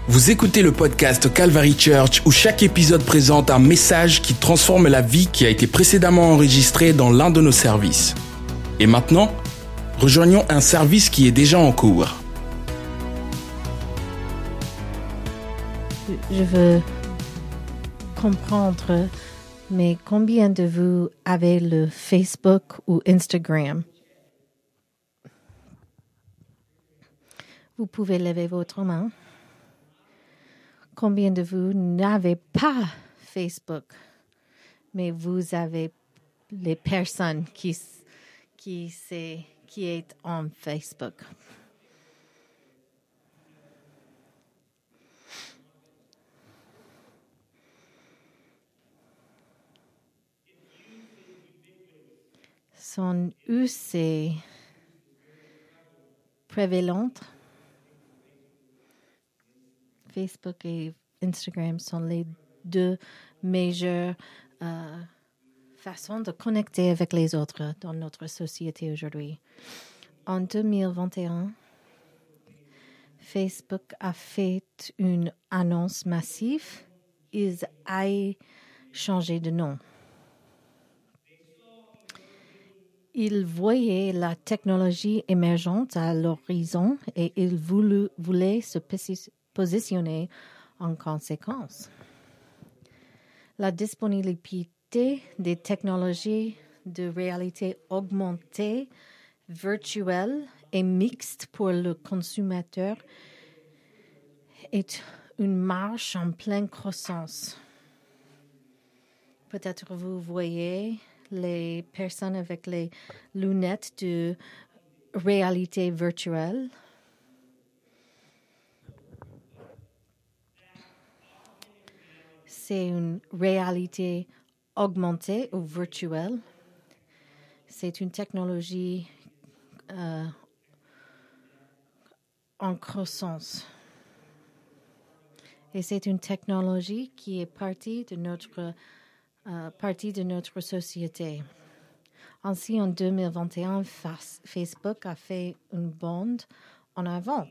Vous écoutez le podcast Calvary Church où chaque épisode présente un message qui transforme la vie qui a été précédemment enregistrée dans l'un de nos services. Et maintenant, rejoignons un service qui est déjà en cours. Je veux comprendre, mais combien de vous avez le Facebook ou Instagram? Vous pouvez lever votre main. Combien de vous n'avez pas Facebook, mais vous avez les personnes qui est en Facebook? Son use est prévalente. Facebook et Instagram sont les deux meilleures façons de connecter avec les autres dans notre société aujourd'hui. En 2021, Facebook a fait une annonce massive. Ils ont changé de nom. Ils voyaient la technologie émergente à l'horizon et ils voulaient se positionner en conséquence. La disponibilité des technologies de réalité augmentée, virtuelle et mixte pour le consommateur est une marche en pleine croissance. Peut-être vous voyez les personnes avec les lunettes de réalité virtuelle. C'est une réalité augmentée ou virtuelle. C'est une technologie en croissance. Et c'est une technologie qui est partie de notre société. Ainsi, en 2021, Facebook a fait une bond en avant.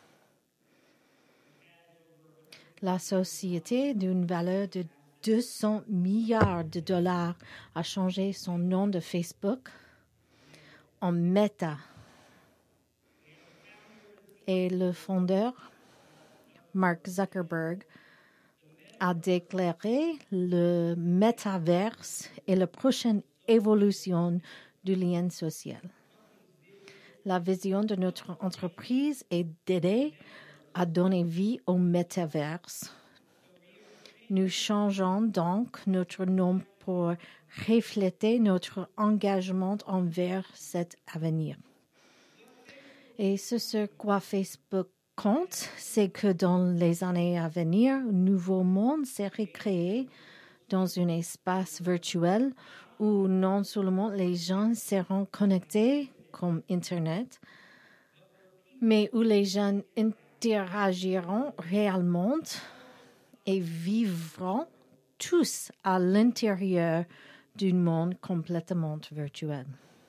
La société d'une valeur de 200 milliards de dollars a changé son nom de Facebook en Meta. Et le fondeur, Mark Zuckerberg, a déclaré le métaverse est la prochaine évolution du lien social. La vision de notre entreprise est d'aider à donner vie au métaverse. Nous changeons donc notre nom pour refléter notre engagement envers cet avenir. Et ce sur quoi Facebook compte, c'est que dans les années à venir, un nouveau monde serait créé dans un espace virtuel où non seulement les gens seront connectés comme Internet, mais où les gens interagiront réellement et vivront tous à l'intérieur d'un monde complètement virtuel.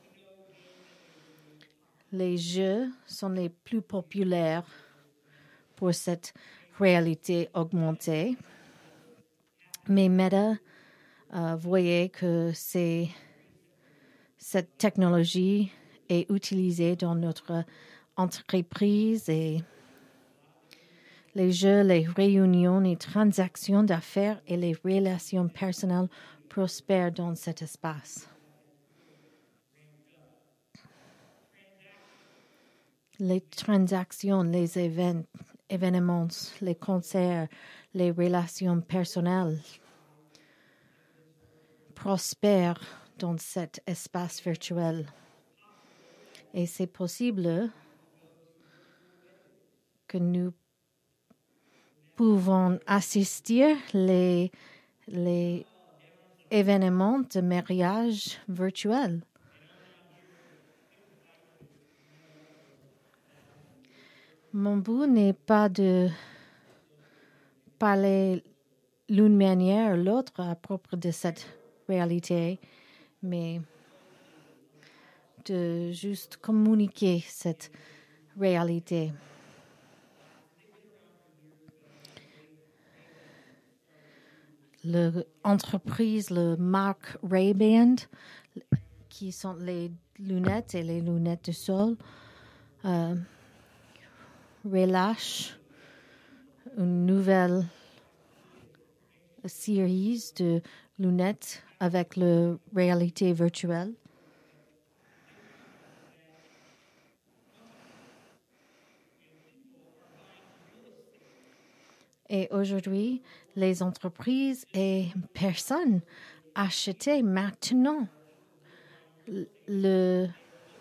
Les jeux sont les plus populaires pour cette réalité augmentée, mais Meta voyait que cette technologie est utilisée dans notre entreprise et les jeux, les réunions et transactions d'affaires et les relations personnelles prospèrent dans cet espace. Les transactions, les événements, les concerts, les relations personnelles prospèrent dans cet espace virtuel. Et c'est possible que nous pouvons assister les événements de mariage virtuel. Mon but n'est pas de parler l'une manière ou l'autre à propos de cette réalité, mais de juste communiquer cette réalité. l'entreprise, le marque Ray-Ban, qui sont les lunettes et les lunettes de sol, relâche une nouvelle série de lunettes avec la réalité virtuelle. Et aujourd'hui, les entreprises et personnes achètent maintenant les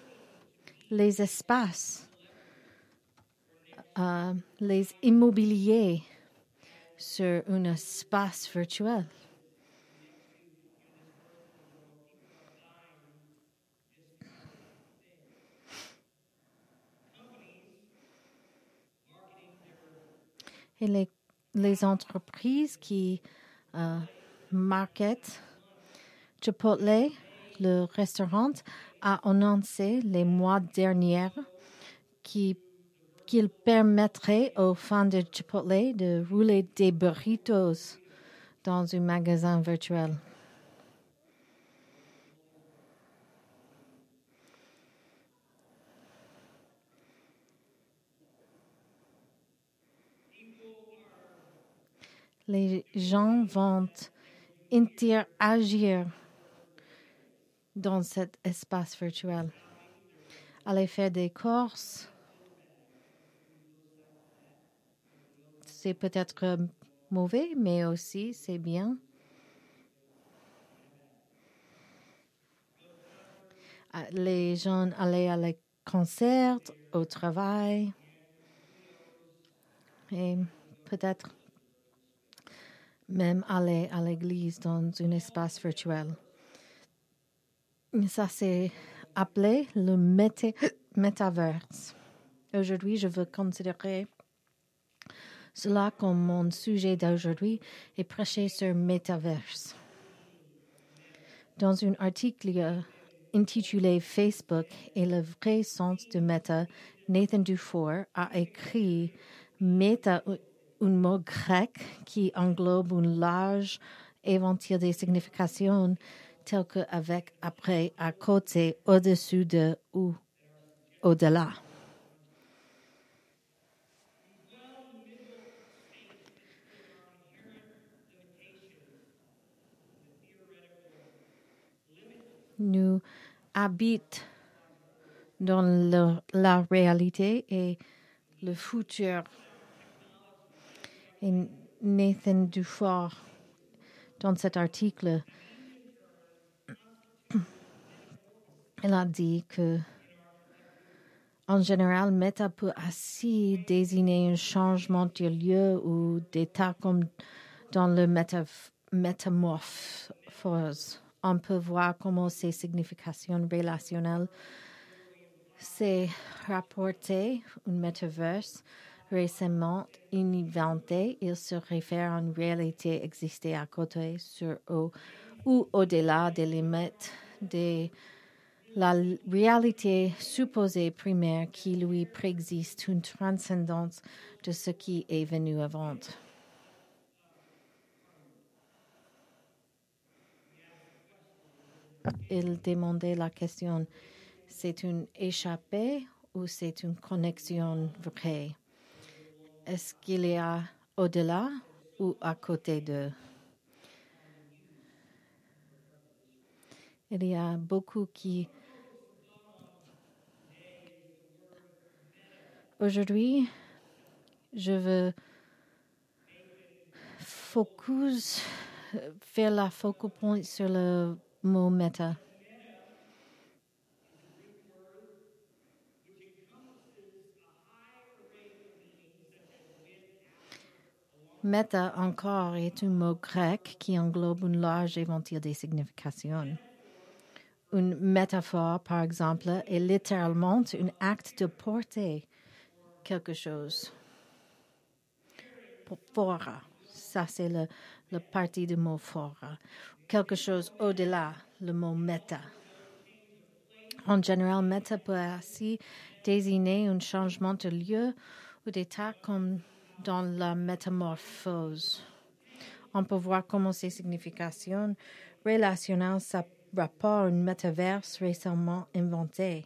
espaces, les immobiliers sur un espace virtuel. Et les entreprises qui marketent Chipotle, le restaurant, a annoncé les mois derniers qu'il permettrait aux fans de Chipotle de rouler des burritos dans un magasin virtuel. Les gens vont interagir dans cet espace virtuel. Aller faire des courses, c'est peut-être mauvais, mais aussi c'est bien. Les gens allaient à les concerts, au travail, et peut-être même aller à l'église dans un espace virtuel. Ça, c'est appelé le métaverse. Aujourd'hui, je veux considérer cela comme mon sujet d'aujourd'hui et prêcher sur métaverse. Dans un article intitulé Facebook et le vrai sens de méta, Nathan Dufour a écrit méta, un mot grec qui englobe un large éventail de significations telles que avec, après, à côté, au-dessus de ou au-delà. Nous habitons dans la réalité et le futur. Et Nathan Dufour, dans cet article, il a dit que, en général, méta peut aussi désigner un changement de lieu ou d'état comme dans le métamorphose. On peut voir comment ces significations relationnelles s'est rapporté un métaverse récemment inventé. Il se réfère à une réalité existée à côté, sur ou au-delà des limites de la réalité supposée primaire qui lui préexiste, une transcendance de ce qui est venu avant. Il demandait la question, c'est une échappée ou c'est une connexion vraie? Est-ce qu'il y a au-delà ou à côté d'eux? Il y a beaucoup qui... Aujourd'hui, je veux faire la focal point sur le mot méta. Méta encore est un mot grec qui englobe un large éventail de significations. Une métaphore, par exemple, est littéralement un acte de porter quelque chose. Fora, ça c'est le parti du mot fora. Quelque chose au-delà, le mot méta. En général, méta peut aussi désigner un changement de lieu ou d'état comme dans la métamorphose. On peut voir comment ces significations relationnelles se rapportent à une métaverse récemment inventée.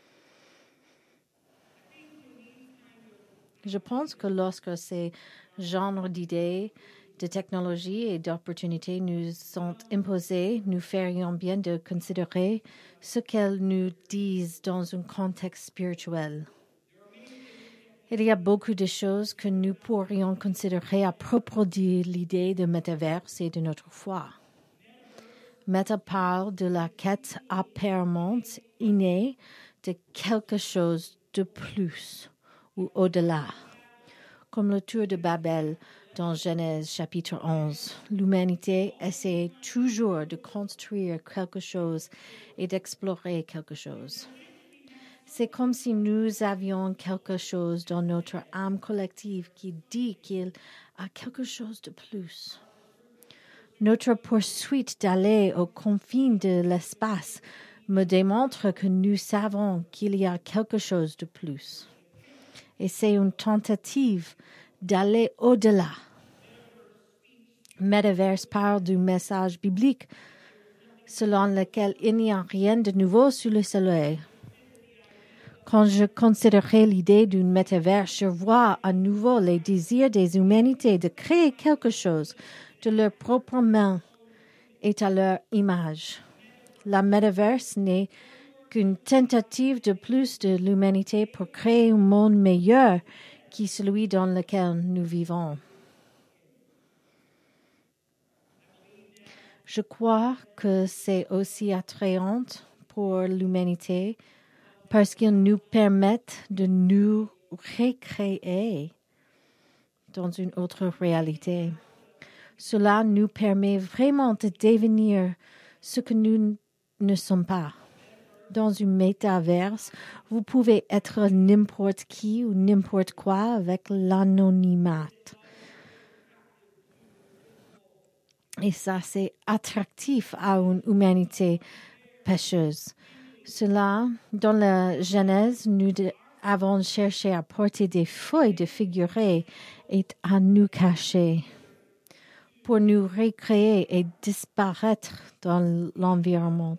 Je pense que lorsque ces genres d'idées, de technologies et d'opportunités nous sont imposées, nous ferions bien de considérer ce qu'elles nous disent dans un contexte spirituel. Il y a beaucoup de choses que nous pourrions considérer à propos de l'idée de métaverse et de notre foi. Meta parle de la quête apparemment innée de quelque chose de plus ou au-delà. Comme le tour de Babel dans Genèse chapitre 11, l'humanité essaie toujours de construire quelque chose et d'explorer quelque chose. C'est comme si nous avions quelque chose dans notre âme collective qui dit qu'il a quelque chose de plus. Notre poursuite d'aller aux confins de l'espace me démontre que nous savons qu'il y a quelque chose de plus. Et c'est une tentative d'aller au-delà. Metaverse parle du message biblique selon lequel il n'y a rien de nouveau sous le soleil. Quand je considérais l'idée d'une métaverse, je vois à nouveau les désirs des humanités de créer quelque chose de leur propre main et à leur image. La métaverse n'est qu'une tentative de plus de l'humanité pour créer un monde meilleur que celui dans lequel nous vivons. Je crois que c'est aussi attrayant pour l'humanité parce qu'ils nous permettent de nous recréer dans une autre réalité. Cela nous permet vraiment de devenir ce que nous ne sommes pas. Dans une métaverse, vous pouvez être n'importe qui ou n'importe quoi avec l'anonymat. Et ça, c'est attractif à une humanité pécheuse. Cela, dans la Genèse, nous avons cherché à porter des feuilles de figurés et à nous cacher pour nous recréer et disparaître dans l'environnement.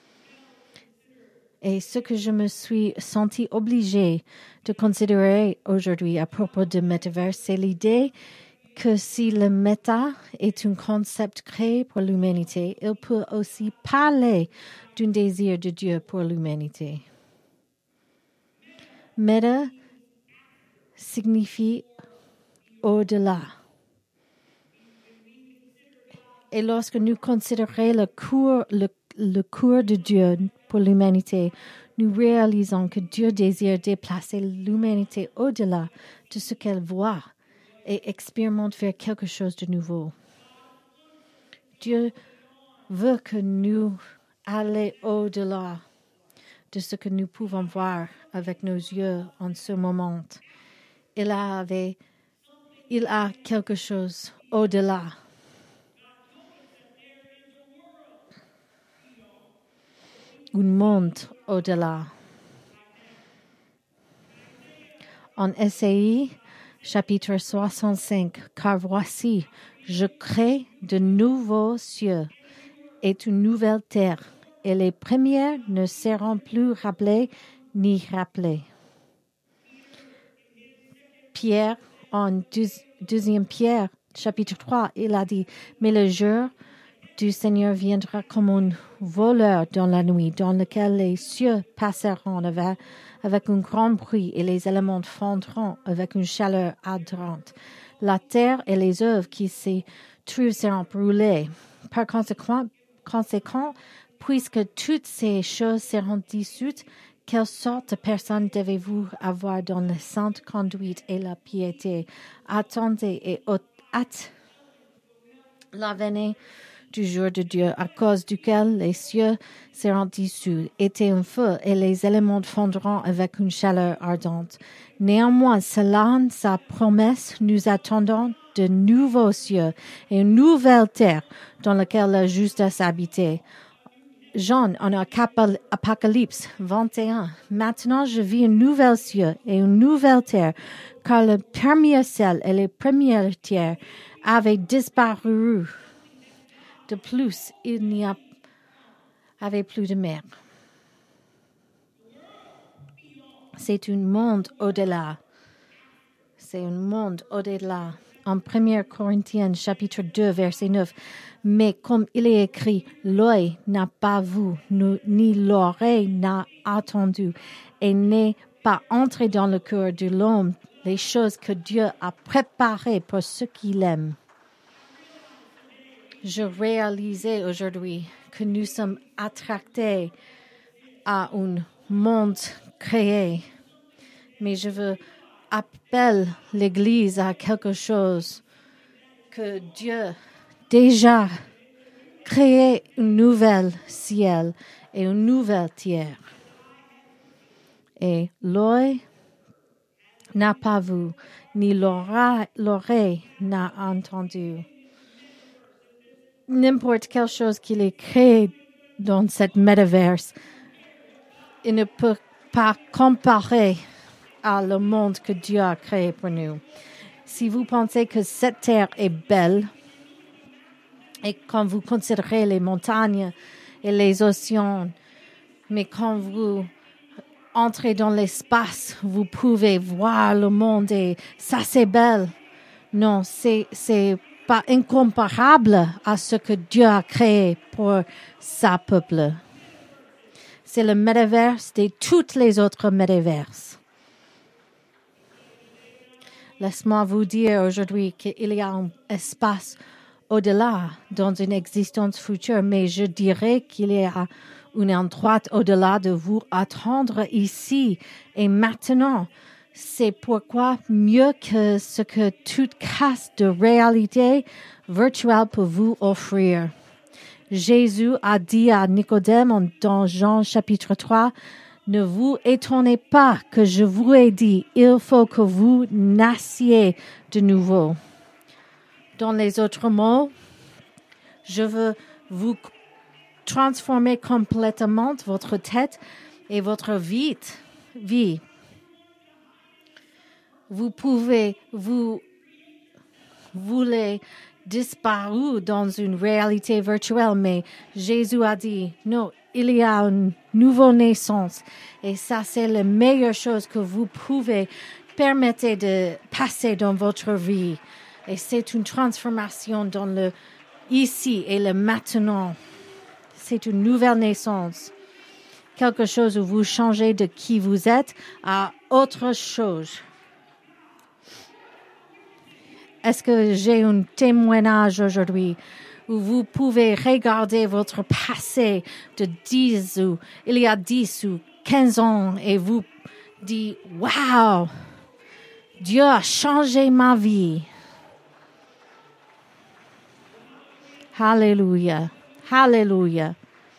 Et ce que je me suis sentie obligée de considérer aujourd'hui à propos de Metaverse, c'est l'idée que si le méta est un concept créé pour l'humanité, il peut aussi parler d'un désir de Dieu pour l'humanité. Méta signifie au-delà. Et lorsque nous considérons le cours de Dieu pour l'humanité, nous réalisons que Dieu désire déplacer l'humanité au-delà de ce qu'elle voit et expérimente vers quelque chose de nouveau. Dieu veut que nous allions au-delà de ce que nous pouvons voir avec nos yeux en ce moment. Il a quelque chose au-delà. Un monde au-delà. En Ésaïe, chapitre 65, car voici, je crée de nouveaux cieux et une nouvelle terre, et les premières ne seront plus rappelées ni rappelées. Pierre, en deuxième Pierre, chapitre 3, il a dit, mais le jour du Seigneur viendra comme un voleur dans la nuit, dans lequel les cieux passeront avec un grand bruit et les éléments fondront avec une chaleur ardente. La terre et les œuvres qui s'y trouvent seront brûlées. Par conséquent, puisque toutes ces choses seront dissoutes, quelle sorte de personnes devez-vous avoir dans la sainte conduite et la piété? Attendez et hâte la venue du jour de Dieu, à cause duquel les cieux seront dissous, était un feu, et les éléments fondront avec une chaleur ardente. Néanmoins, selon sa promesse, nous attendons de nouveaux cieux et une nouvelle terre dans laquelle la justice habite. Jean en Apocalypse 21. Maintenant, je vis un nouvel ciel et une nouvelle terre, car le premier ciel et les premières terres avaient disparu. De plus, il n'y avait plus de mer. C'est un monde au-delà. C'est un monde au-delà. En 1 Corinthiens chapitre 2, verset 9. Mais comme il est écrit, l'œil n'a pas vu, ni l'oreille n'a entendu, et n'est pas entré dans le cœur de l'homme les choses que Dieu a préparées pour ceux qui l'aiment. Je réalisais aujourd'hui que nous sommes attractés à un monde créé, mais je veux appeler l'Église à quelque chose que Dieu déjà créé un nouvel ciel et une nouvelle terre. Et l'œil n'a pas vu, ni l'oreille n'a entendu. N'importe quelle chose qu'il ait créée dans cette métaverse, il ne peut pas comparer à le monde que Dieu a créé pour nous. Si vous pensez que cette terre est belle, et quand vous considérez les montagnes et les océans, mais quand vous entrez dans l'espace, vous pouvez voir le monde et ça c'est belle. Non, c'est pas incomparable à ce que Dieu a créé pour sa peuple. C'est le métaverse de toutes les autres métaverses. Laisse-moi vous dire aujourd'hui qu'il y a un espace au-delà dans une existence future, mais je dirais qu'il y a un endroit au-delà de vous attendre ici et maintenant. C'est pourquoi mieux que ce que toute casse de réalité virtuelle peut vous offrir. Jésus a dit à Nicodème dans Jean chapitre 3, « Ne vous étonnez pas que je vous ai dit, il faut que vous nassiez de nouveau. » Dans les autres mots, je veux vous transformer complètement votre tête et votre vie. Vous pouvez vous voulez disparu dans une réalité virtuelle, mais Jésus a dit, non, il y a une nouvelle naissance. Et ça, c'est la meilleure chose que vous pouvez permettre de passer dans votre vie. Et c'est une transformation dans le ici et le maintenant. C'est une nouvelle naissance. Quelque chose où vous changez de qui vous êtes à autre chose. Est-ce que j'ai un témoignage aujourd'hui où vous pouvez regarder votre passé de 10 ou il y a 10 ou 15 ans et vous dites « Wow! Dieu a changé ma vie. » Alléluia. Alléluia.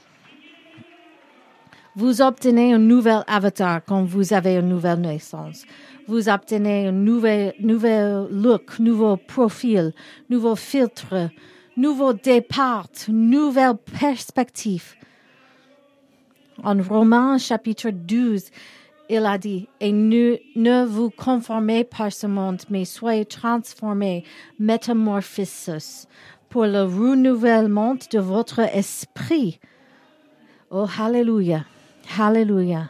Vous obtenez un nouvel avatar quand vous avez une nouvelle naissance. Vous obtenez un nouvel look, nouveau profil, nouveau filtre, nouveau départ, nouvelle perspective. En Romains chapitre 12, il a dit, « Et ne vous conformez pas à ce monde, mais soyez transformés, métamorphosis, pour le renouvellement de votre esprit. » Oh, hallelujah, hallelujah.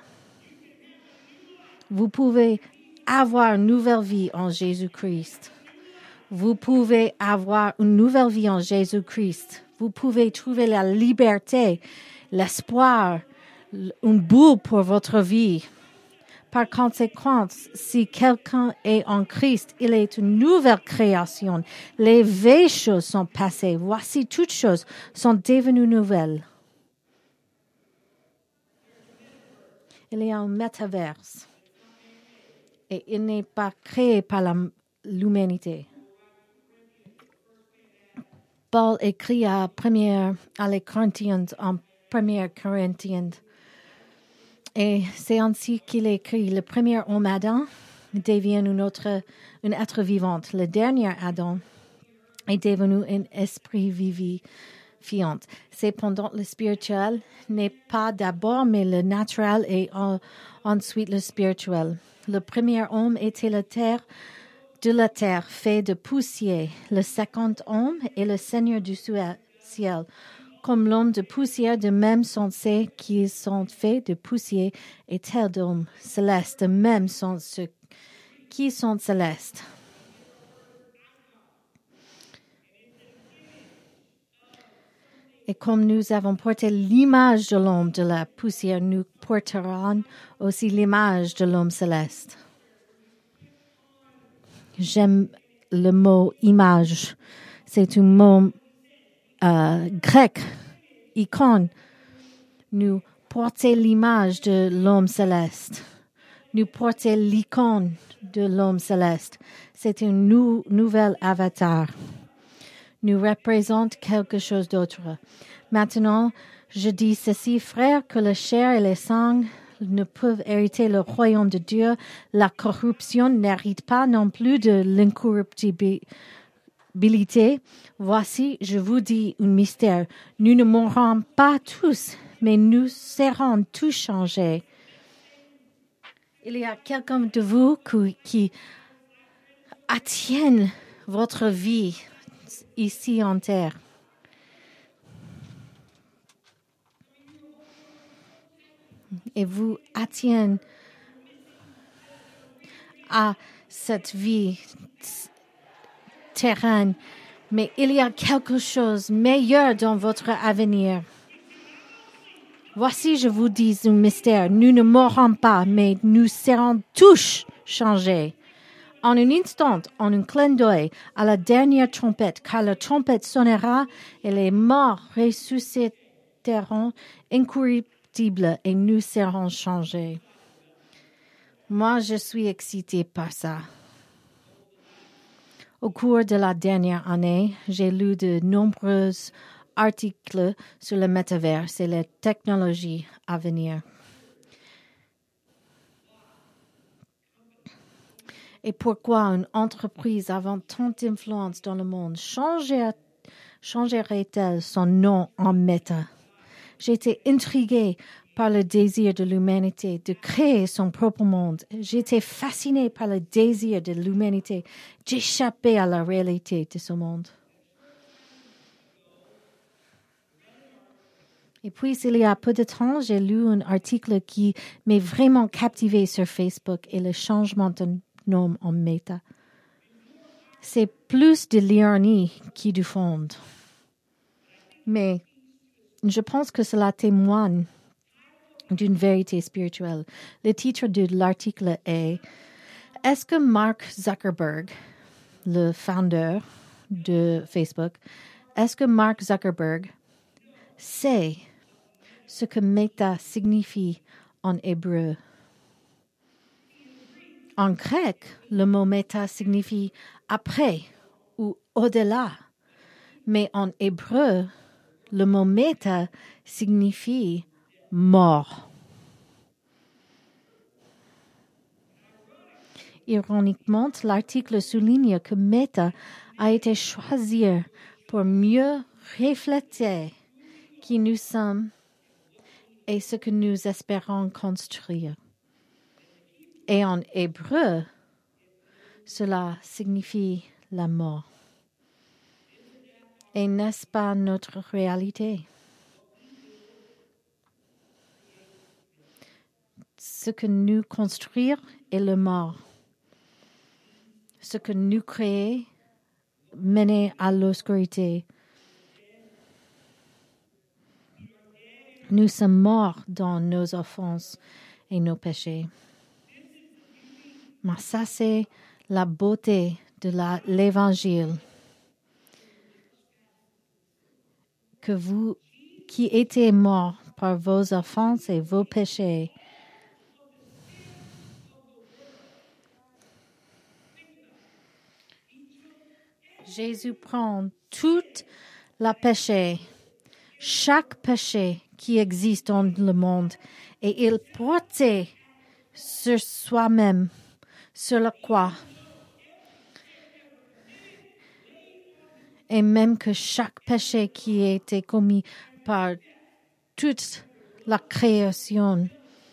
Vous pouvez avoir une nouvelle vie en Jésus-Christ. Vous pouvez avoir une nouvelle vie en Jésus-Christ. Vous pouvez trouver la liberté, l'espoir, une boule pour votre vie. Par conséquent, si quelqu'un est en Christ, il est une nouvelle création. Les vieilles choses sont passées. Voici toutes choses sont devenues nouvelles. Il y a un métaverse. Et il n'est pas créé par l'humanité. Paul écrit à les Corinthiens en 1 Corinthiens. Et c'est ainsi qu'il écrit. Le premier homme Adam devient un être vivant. Le dernier Adam est devenu un esprit fiante. Cependant, le spirituel n'est pas d'abord, mais le naturel et ensuite le spirituel. Le premier homme était de la terre, fait de poussière. Le second homme est le Seigneur du ciel. Comme l'homme de poussière, de même sont ceux qui sont faits de poussière, et tels d'hommes célestes, de même sont ceux qui sont célestes. Et comme nous avons porté l'image de l'homme de la poussière, nous porterons aussi l'image de l'homme céleste. J'aime le mot image. C'est un mot grec, icône. Nous portons l'image de l'homme céleste. Nous portons l'icône de l'homme céleste. C'est un nouvel avatar. Nous représente quelque chose d'autre. Maintenant, je dis ceci, frères, que la chair et le sang ne peuvent hériter le royaume de Dieu. La corruption n'hérite pas non plus de l'incorruptibilité. Voici, je vous dis un mystère. Nous ne mourrons pas tous, mais nous serons tous changés. Il y a quelqu'un de vous qui attienne votre vie ici en terre. Et vous attiennent à cette vie terrene. Mais il y a quelque chose de meilleur dans votre avenir. Voici, je vous dis un mystère. Nous ne mourrons pas, mais nous serons tous changés. En un instant, en un clin d'œil, à la dernière trompette, car la trompette sonnera et les morts ressusciteront incorruptibles et nous serons changés. Moi, je suis excitée par ça. Au cours de la dernière année, j'ai lu de nombreux articles sur le métaverse et les technologies à venir. Et pourquoi une entreprise avant tant d'influence dans le monde changerait-elle son nom en Meta? J'ai été intriguée par le désir de l'humanité de créer son propre monde. J'ai été fascinée par le désir de l'humanité d'échapper à la réalité de ce monde. Et puis, il y a peu de temps, j'ai lu un article qui m'a vraiment captivée sur Facebook et le changement de nom en Meta. C'est plus de l'ironie qui du fond. Mais je pense que cela témoigne d'une vérité spirituelle. Le titre de l'article est « Est-ce que Mark Zuckerberg, le founder de Facebook, est-ce que Mark Zuckerberg sait ce que Meta signifie en hébreu ?» En grec, le mot Meta signifie « après » ou « au-delà ». Mais en hébreu, le mot Meta signifie « mort ». Ironiquement, l'article souligne que Meta a été choisi pour mieux refléter qui nous sommes et ce que nous espérons construire. Et en hébreu, cela signifie la mort. Et n'est-ce pas notre réalité? Ce que nous construisons est le mort. Ce que nous créons mène à l'obscurité. Nous sommes morts dans nos offenses et nos péchés. Mais ça, c'est la beauté de l'Évangile. Que vous qui étiez morts par vos offenses et vos péchés, Jésus prend tout le péché, chaque péché qui existe dans le monde, et il portait sur soi-même, sur la croix. et même que chaque péché qui a été commis par toute la création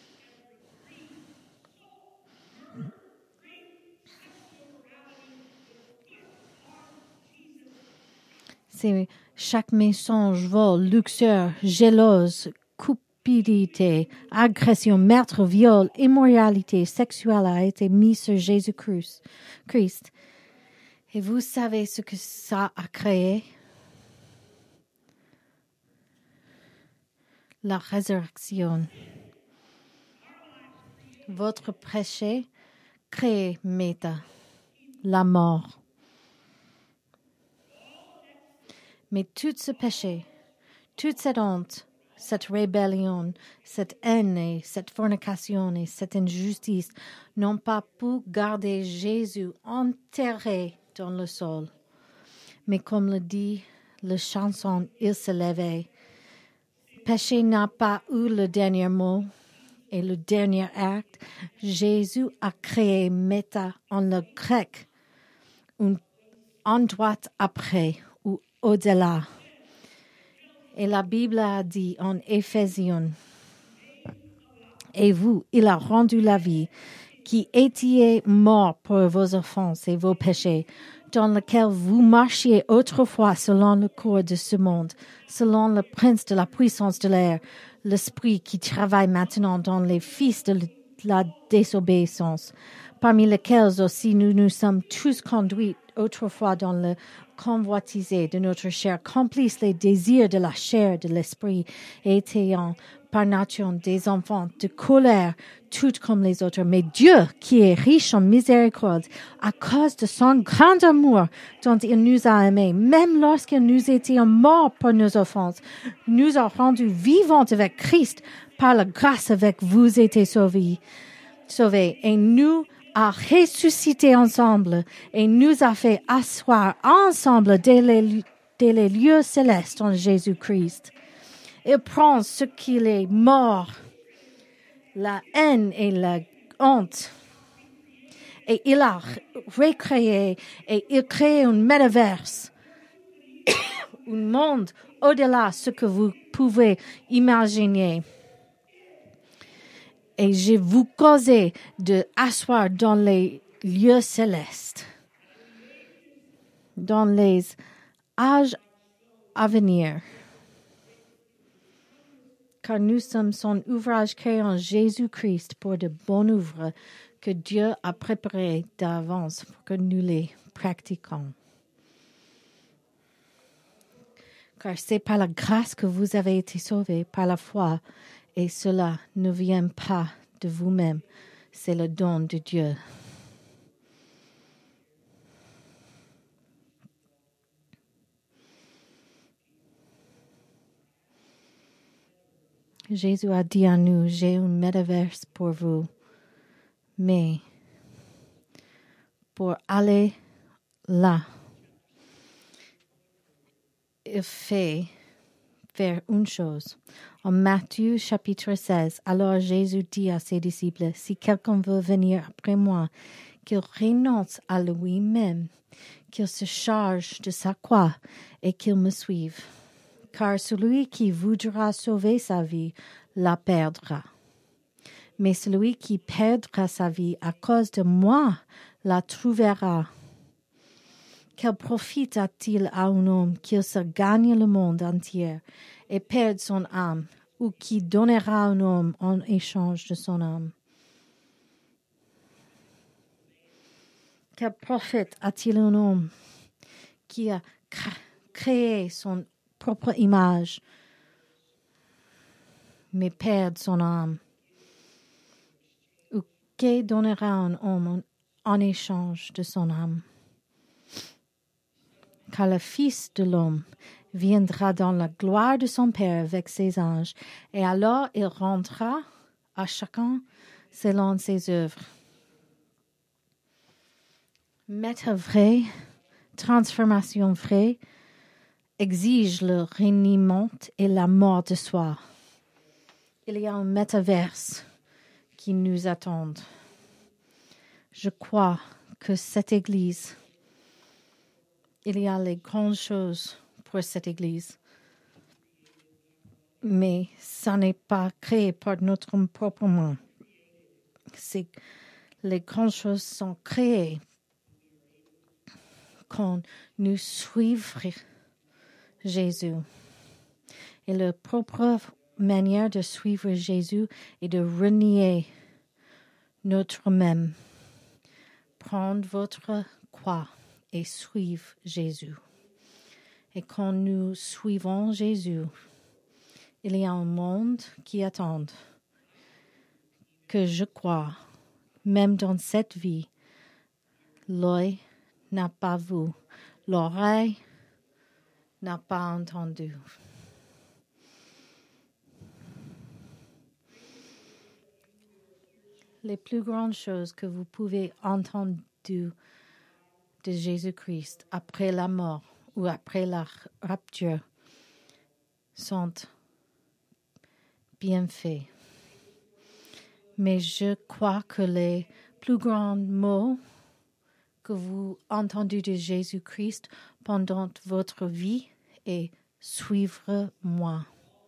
c'est chaque mensonge, vol, luxure, jalouse, cupidité, agression, meurtre, viol, immoralité sexuelle a été mis sur Jésus-Christ. Et vous savez ce que ça a créé? La résurrection. Votre péché crée la mort. Mais tout ce péché, toute cette honte, cette rébellion, cette haine et cette fornication et cette injustice n'ont pas pu garder Jésus enterré dans le sol. Mais comme le dit la chanson, il se levait. Péché n'a pas eu le dernier mot et le dernier acte. Jésus a créé méta en le grec, un endroit après ou au-delà. Et la Bible a dit en Éphésiens, et vous, il a rendu la vie, qui étiez morts pour vos offenses et vos péchés, dans lequel vous marchiez autrefois selon le cours de ce monde, selon le prince de la puissance de l'air, l'esprit qui travaille maintenant dans les fils de la désobéissance, parmi lesquels aussi nous sommes tous conduits autrefois dans le convoitisé de notre chair, complices les désirs de la chair, de l'esprit, et étant par nature des enfants de colère, tout comme les autres. Mais Dieu, qui est riche en miséricorde, à cause de son grand amour dont il nous a aimés, même lorsque nous étions morts pour nos offenses, nous a rendus vivants avec Christ. Par la grâce avec vous étiez sauvés, et nous a ressuscités ensemble et nous a fait asseoir ensemble dès les lieux célestes en Jésus-Christ. Il prend ce qu'il est mort, la haine et la honte, et il a recréé et il crée un métaverse, un monde au-delà de ce que vous pouvez imaginer. Et je vous causais de asseoir dans les lieux célestes, dans les âges à venir. Car nous sommes son ouvrage créé en Jésus-Christ pour de bonnes œuvres que Dieu a préparées d'avance pour que nous les pratiquions. Car c'est par la grâce que vous avez été sauvés, par la foi, et cela ne vient pas de vous-même, c'est le don de Dieu. Jésus a dit à nous, j'ai un métaverse pour vous, mais pour aller là, il fait faire une chose. En Matthieu chapitre 16, alors Jésus dit à ses disciples, si quelqu'un veut venir après moi, qu'il renonce à lui-même, qu'il se charge de sa croix et qu'il me suive. Car celui qui voudra sauver sa vie la perdra. Mais celui qui perdra sa vie à cause de moi la trouvera. Quel profit a-t-il à un homme qu'il se gagne le monde entier et perde son âme, ou qui donnera un homme en échange de son âme? Quel profit a-t-il un homme qui a créé son propre image, mais perd son âme? Ou que donnera un homme en échange de son âme? Car le Fils de l'homme viendra dans la gloire de son Père avec ses anges, et alors il rendra à chacun selon ses œuvres. Maître vrai, transformation vraie, exige le reniement et la mort de soi. Il y a un métaverse qui nous attend. Je crois que cette Église il y a les grandes choses pour cette Église. Mais ça n'est pas créé par notre propre main. Les grandes choses sont créées quand nous suivons Jésus. Et la propre manière de suivre Jésus est de renier notre même. Prendre votre croix et suivre Jésus. Et quand nous suivons Jésus, il y a un monde qui attend. Que je crois, même dans cette vie, l'œil n'a pas vu, l'oreille n'a pas entendu. Les plus grandes choses que vous pouvez entendre de Jésus-Christ après la mort ou après la rapture sont bien faits. Mais je crois que les plus grands mots que vous entendez de Jésus-Christ pendant votre vie est « suivre-moi ».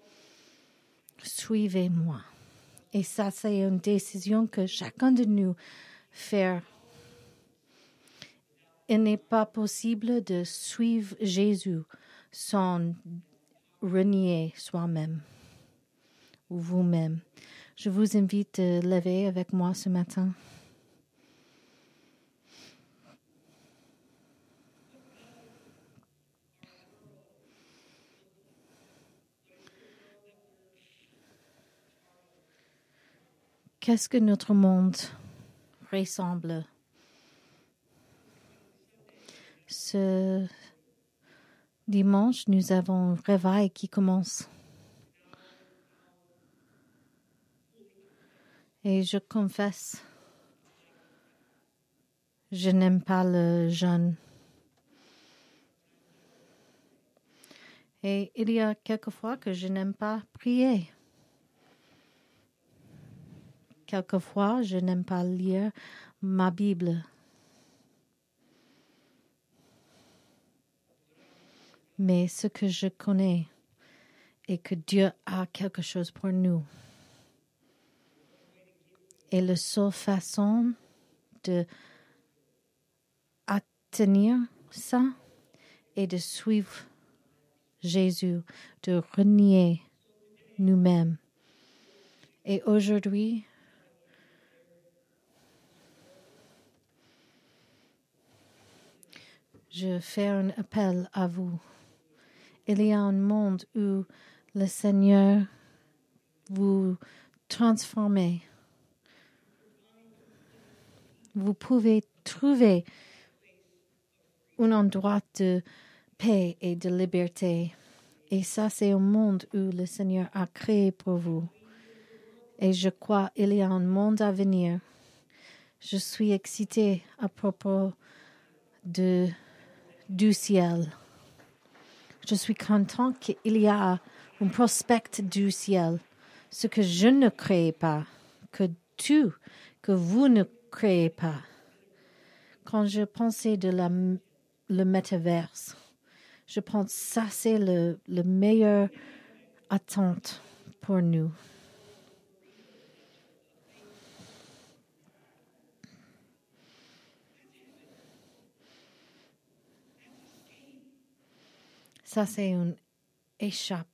Suivez-moi. Et ça, c'est une décision que chacun de nous fait. Il n'est pas possible de suivre Jésus sans renier soi-même ou vous-même. Je vous invite à lever avec moi ce matin. Qu'est-ce que notre monde ressemble? Ce dimanche, nous avons un réveil qui commence. Et je confesse, je n'aime pas le jeûne. Et il y a quelquefois que je n'aime pas prier. Quelquefois, je n'aime pas lire ma Bible. Mais ce que je connais est que Dieu a quelque chose pour nous. Et la seule façon de atteindre ça est de suivre Jésus, de renier nous-mêmes. Et aujourd'hui, je fais un appel à vous. Il y a un monde où le Seigneur vous transforme. Vous pouvez trouver un endroit de paix et de liberté. Et ça, c'est un monde où le Seigneur a créé pour vous. Et je crois qu'il y a un monde à venir. Je suis excitée à propos du ciel. Je suis content qu'il y a un prospect du ciel. Ce que je ne crée pas, que vous ne créez pas. Quand je pensais de le métaverse, je pense que ça, c'est le meilleur attente pour nous. Ça, c'est une échappe.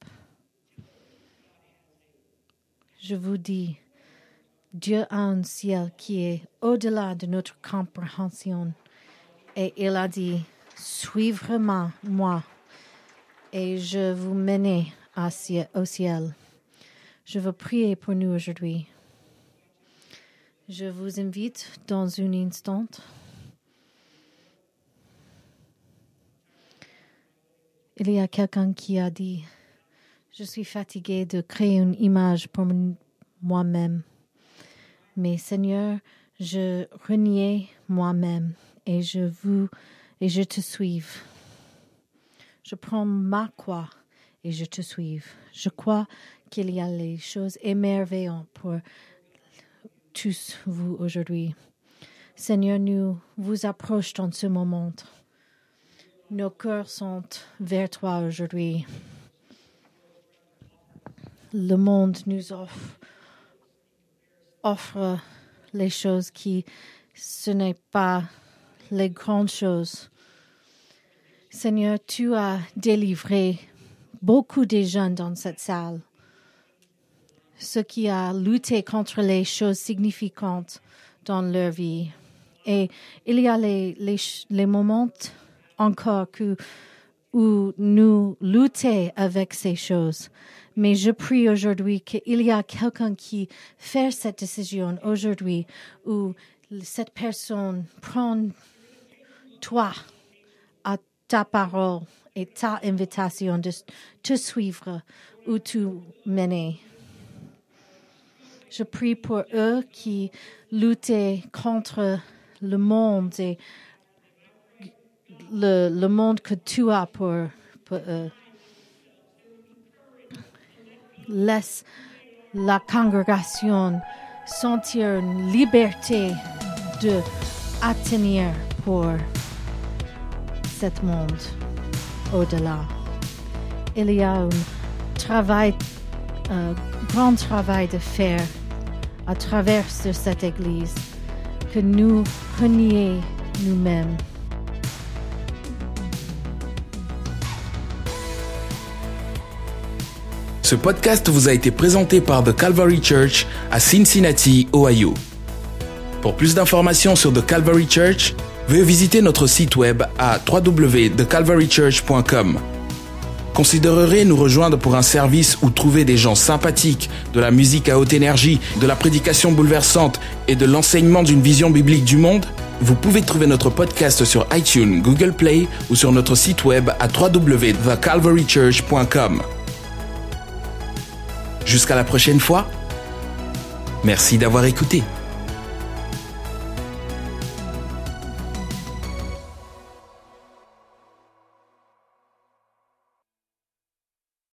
Je vous dis, Dieu a un ciel qui est au-delà de notre compréhension. Et il a dit, suivez-moi et je vous mène au ciel. Je veux prier pour nous aujourd'hui. Je vous invite dans un instant. Il y a quelqu'un qui a dit, je suis fatigué de créer une image pour moi-même. Mais Seigneur, je renie moi-même et je te suis. Je prends ma croix et je te suis. Je crois qu'il y a les choses émerveillantes pour tous vous aujourd'hui. Seigneur, nous vous approchons dans ce moment. nos cœurs sont vers toi aujourd'hui. Le monde nous offre les choses qui, ce n'est pas les grandes choses. Seigneur, tu as délivré beaucoup de jeunes dans cette salle. Ceux qui ont lutté contre les choses significantes dans leur vie. Et il y a les moments encore où nous luttons avec ces choses. Mais je prie aujourd'hui qu'il y a quelqu'un qui fait cette décision aujourd'hui où cette personne prend toi à ta parole et ta invitation de te suivre ou te mener. Je prie pour eux qui luttent contre le monde et le monde que tu as pour eux. Laisse la congrégation sentir une liberté de atteindre pour ce monde au-delà. Il y a un grand travail de faire à travers de cette Église que nous renions nous-mêmes. Ce podcast vous a été présenté par The Calvary Church à Cincinnati, Ohio. Pour plus d'informations sur The Calvary Church, veuillez visiter notre site web à www.thecalvarychurch.com. Considérerez nous rejoindre pour un service où trouver des gens sympathiques, de la musique à haute énergie, de la prédication bouleversante et de l'enseignement d'une vision biblique du monde? Vous pouvez trouver notre podcast sur iTunes, Google Play ou sur notre site web à www.thecalvarychurch.com. Jusqu'à la prochaine fois, merci d'avoir écouté.